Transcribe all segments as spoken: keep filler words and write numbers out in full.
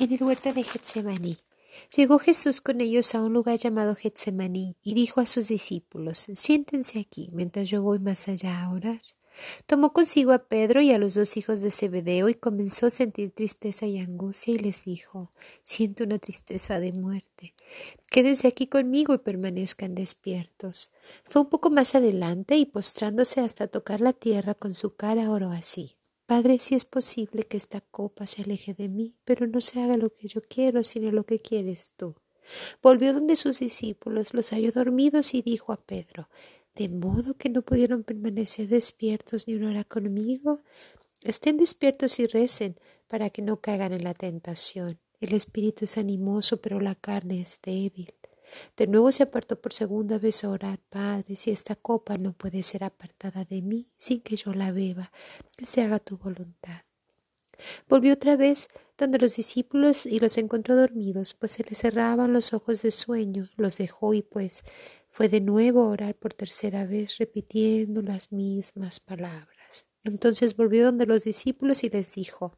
En el huerto de Getsemaní. Llegó Jesús con ellos a un lugar llamado Getsemaní y dijo a sus discípulos: siéntense aquí mientras yo voy más allá a orar. Tomó consigo a Pedro y a los dos hijos de Zebedeo y comenzó a sentir tristeza y angustia y les dijo: siento una tristeza de muerte. Quédense aquí conmigo y permanezcan despiertos. Fue un poco más adelante y postrándose hasta tocar la tierra con su cara oró así: Padre, si es posible que esta copa se aleje de mí, pero no se haga lo que yo quiero, sino lo que quieres tú. Volvió donde sus discípulos, los halló dormidos y dijo a Pedro: ¿de modo que no pudieron permanecer despiertos ni una hora conmigo? Estén despiertos y recen para que no caigan en la tentación. El espíritu es animoso, pero la carne es débil. De nuevo se apartó por segunda vez a orar: Padre, si esta copa no puede ser apartada de mí sin que yo la beba, que se haga tu voluntad. Volvió otra vez donde los discípulos y los encontró dormidos, pues se les cerraban los ojos de sueño. Los dejó y pues fue de nuevo a orar por tercera vez, repitiendo las mismas palabras. Entonces volvió donde los discípulos y les dijo: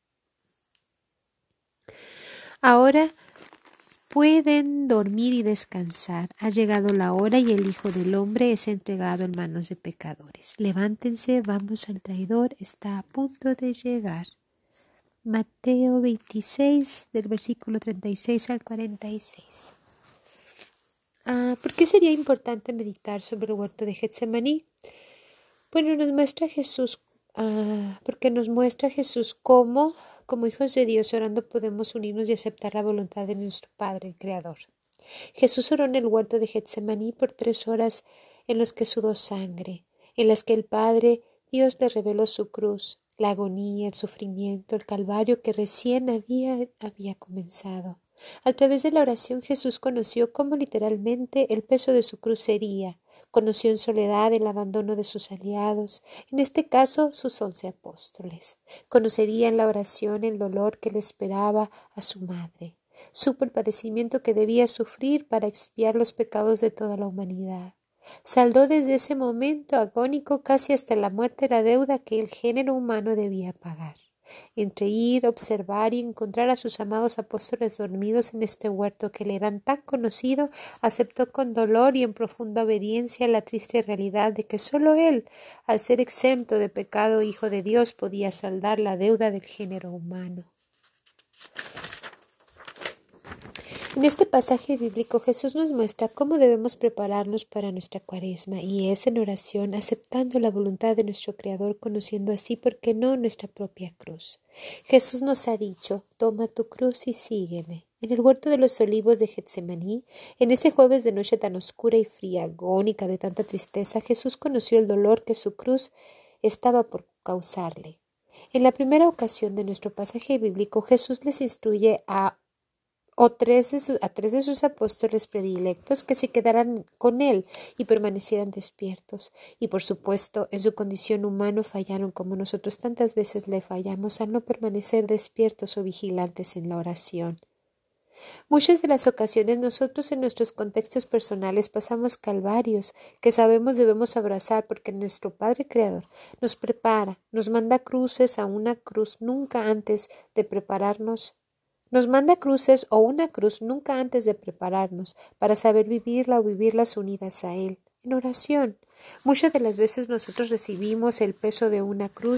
Ahora pueden dormir y descansar. Ha llegado la hora y el Hijo del Hombre es entregado en manos de pecadores. Levántense, vamos al traidor, está a punto de llegar. Mateo veintiséis, del versículo treinta y seis al cuarenta y seis. Ah, ¿por qué sería importante meditar sobre el huerto de Getsemaní? Bueno, nos muestra Jesús, ah, porque nos muestra Jesús cómo, como hijos de Dios, orando podemos unirnos y aceptar la voluntad de nuestro Padre, el Creador. Jesús oró en el huerto de Getsemaní por tres horas en las que sudó sangre, en las que el Padre Dios le reveló su cruz, la agonía, el sufrimiento, el calvario que recién había, había comenzado. A través de la oración Jesús conoció cómo literalmente el peso de su cruz sería. Conoció en soledad el abandono de sus aliados, en este caso sus once apóstoles. Conocería en la oración el dolor que le esperaba a su madre. Supo el padecimiento que debía sufrir para expiar los pecados de toda la humanidad. Saldó desde ese momento agónico casi hasta la muerte la deuda que el género humano debía pagar. Entre ir, observar y encontrar a sus amados apóstoles dormidos en este huerto que le eran tan conocido, aceptó con dolor y en profunda obediencia la triste realidad de que sólo él, al ser exento de pecado, Hijo de Dios, podía saldar la deuda del género humano. En este pasaje bíblico Jesús nos muestra cómo debemos prepararnos para nuestra cuaresma, y es en oración, aceptando la voluntad de nuestro Creador, conociendo así, ¿por qué no?, nuestra propia cruz. Jesús nos ha dicho: toma tu cruz y sígueme. En el huerto de los olivos de Getsemaní, en ese jueves de noche tan oscura y fría, agónica de tanta tristeza, Jesús conoció el dolor que su cruz estaba por causarle. En la primera ocasión de nuestro pasaje bíblico, Jesús les instruye a o tres de su, a tres de sus apóstoles predilectos que se quedaran con él y permanecieran despiertos. Y por supuesto, en su condición humana fallaron como nosotros tantas veces le fallamos al no permanecer despiertos o vigilantes en la oración. Muchas de las ocasiones nosotros en nuestros contextos personales pasamos calvarios que sabemos debemos abrazar porque nuestro Padre Creador nos prepara, nos manda cruces a una cruz nunca antes de prepararnos Nos manda cruces o una cruz nunca antes de prepararnos para saber vivirla o vivirlas unidas a Él, en oración. Muchas de las veces nosotros recibimos el peso de una cruz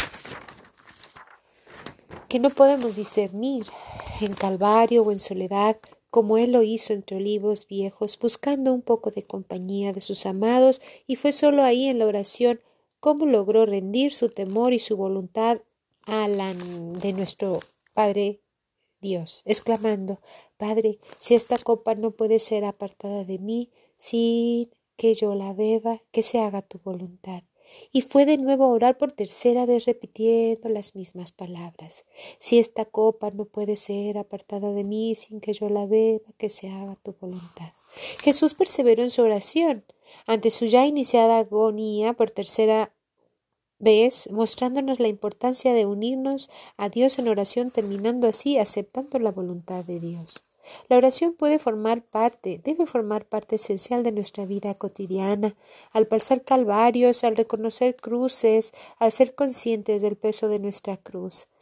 que no podemos discernir en calvario o en soledad, como Él lo hizo entre olivos viejos, buscando un poco de compañía de sus amados, y fue solo ahí en la oración cómo logró rendir su temor y su voluntad a la de nuestro Padre Dios, exclamando: Padre, si esta copa no puede ser apartada de mí, sin que yo la beba, que se haga tu voluntad. Y fue de nuevo a orar por tercera vez repitiendo las mismas palabras: si esta copa no puede ser apartada de mí, sin que yo la beba, que se haga tu voluntad. Jesús perseveró en su oración ante su ya iniciada agonía por tercera ¿Ves? Mostrándonos la importancia de unirnos a Dios en oración, terminando así aceptando la voluntad de Dios. La oración puede formar parte, debe formar parte esencial de nuestra vida cotidiana, al pasar calvarios, al reconocer cruces, al ser conscientes del peso de nuestra cruz.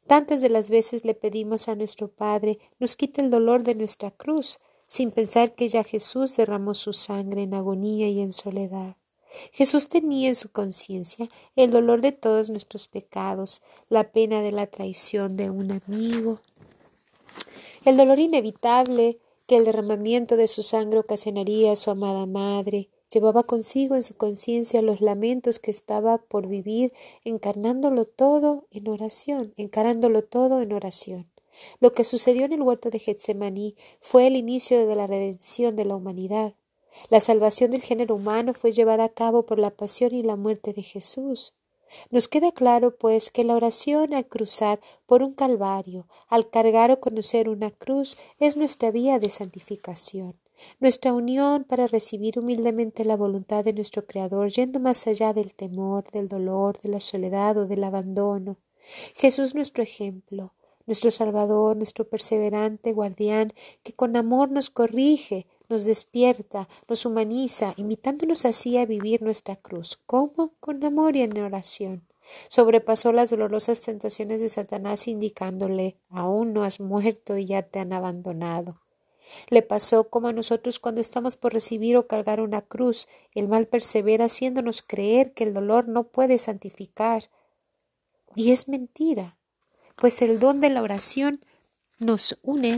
Tantas de las veces le pedimos a nuestro Padre nos quite el dolor de nuestra cruz, sin pensar que ya Jesús derramó su sangre en agonía y en soledad. Jesús tenía en su conciencia el dolor de todos nuestros pecados, la pena de la traición de un amigo, el dolor inevitable que el derramamiento de su sangre ocasionaría a su amada madre. Llevaba consigo en su conciencia los lamentos que estaba por vivir, encarnándolo todo en oración, encarándolo todo en oración. Lo que sucedió en el huerto de Getsemaní fue el inicio de la redención de la humanidad. La salvación del género humano fue llevada a cabo por la pasión y la muerte de Jesús. Nos queda claro, pues, que la oración al cruzar por un calvario, al cargar o conocer una cruz, es nuestra vía de santificación, nuestra unión para recibir humildemente la voluntad de nuestro Creador, yendo más allá del temor, del dolor, de la soledad o del abandono. Jesús nuestro ejemplo, nuestro Salvador, nuestro perseverante guardián, que con amor nos corrige, nos despierta, nos humaniza, invitándonos así a vivir nuestra cruz. ¿Cómo? Con amor y en oración. Sobrepasó las dolorosas tentaciones de Satanás indicándole, aún no has muerto y ya te han abandonado. Le pasó como a nosotros cuando estamos por recibir o cargar una cruz. El mal persevera haciéndonos creer que el dolor no puede santificar. Y es mentira, pues el don de la oración nos une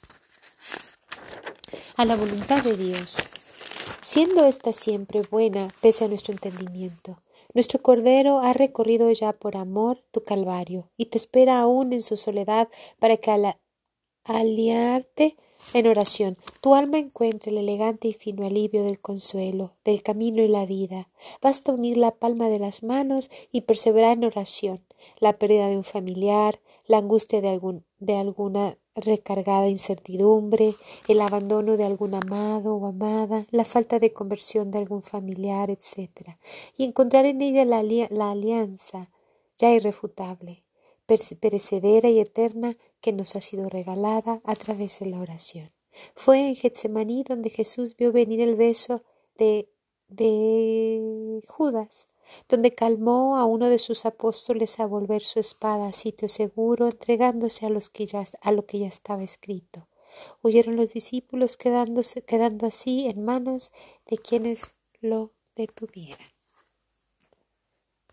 a la voluntad de Dios, siendo ésta siempre buena pese a nuestro entendimiento. Nuestro Cordero ha recorrido ya por amor tu calvario y te espera aún en su soledad para que al aliarte en oración tu alma encuentre el elegante y fino alivio del consuelo, del camino y la vida. Basta unir la palma de las manos y perseverar en oración. La pérdida de un familiar, la angustia de, algún, de alguna recargada incertidumbre, el abandono de algún amado o amada, la falta de conversión de algún familiar, etcétera, y encontrar en ella la, la alianza ya irrefutable, perecedera y eterna que nos ha sido regalada a través de la oración. Fue en Getsemaní donde Jesús vio venir el beso de, de Judas, donde calmó a uno de sus apóstoles a volver su espada a sitio seguro, entregándose a, los que ya, a lo que ya estaba escrito. Huyeron los discípulos quedándose, quedando así en manos de quienes lo detuvieran.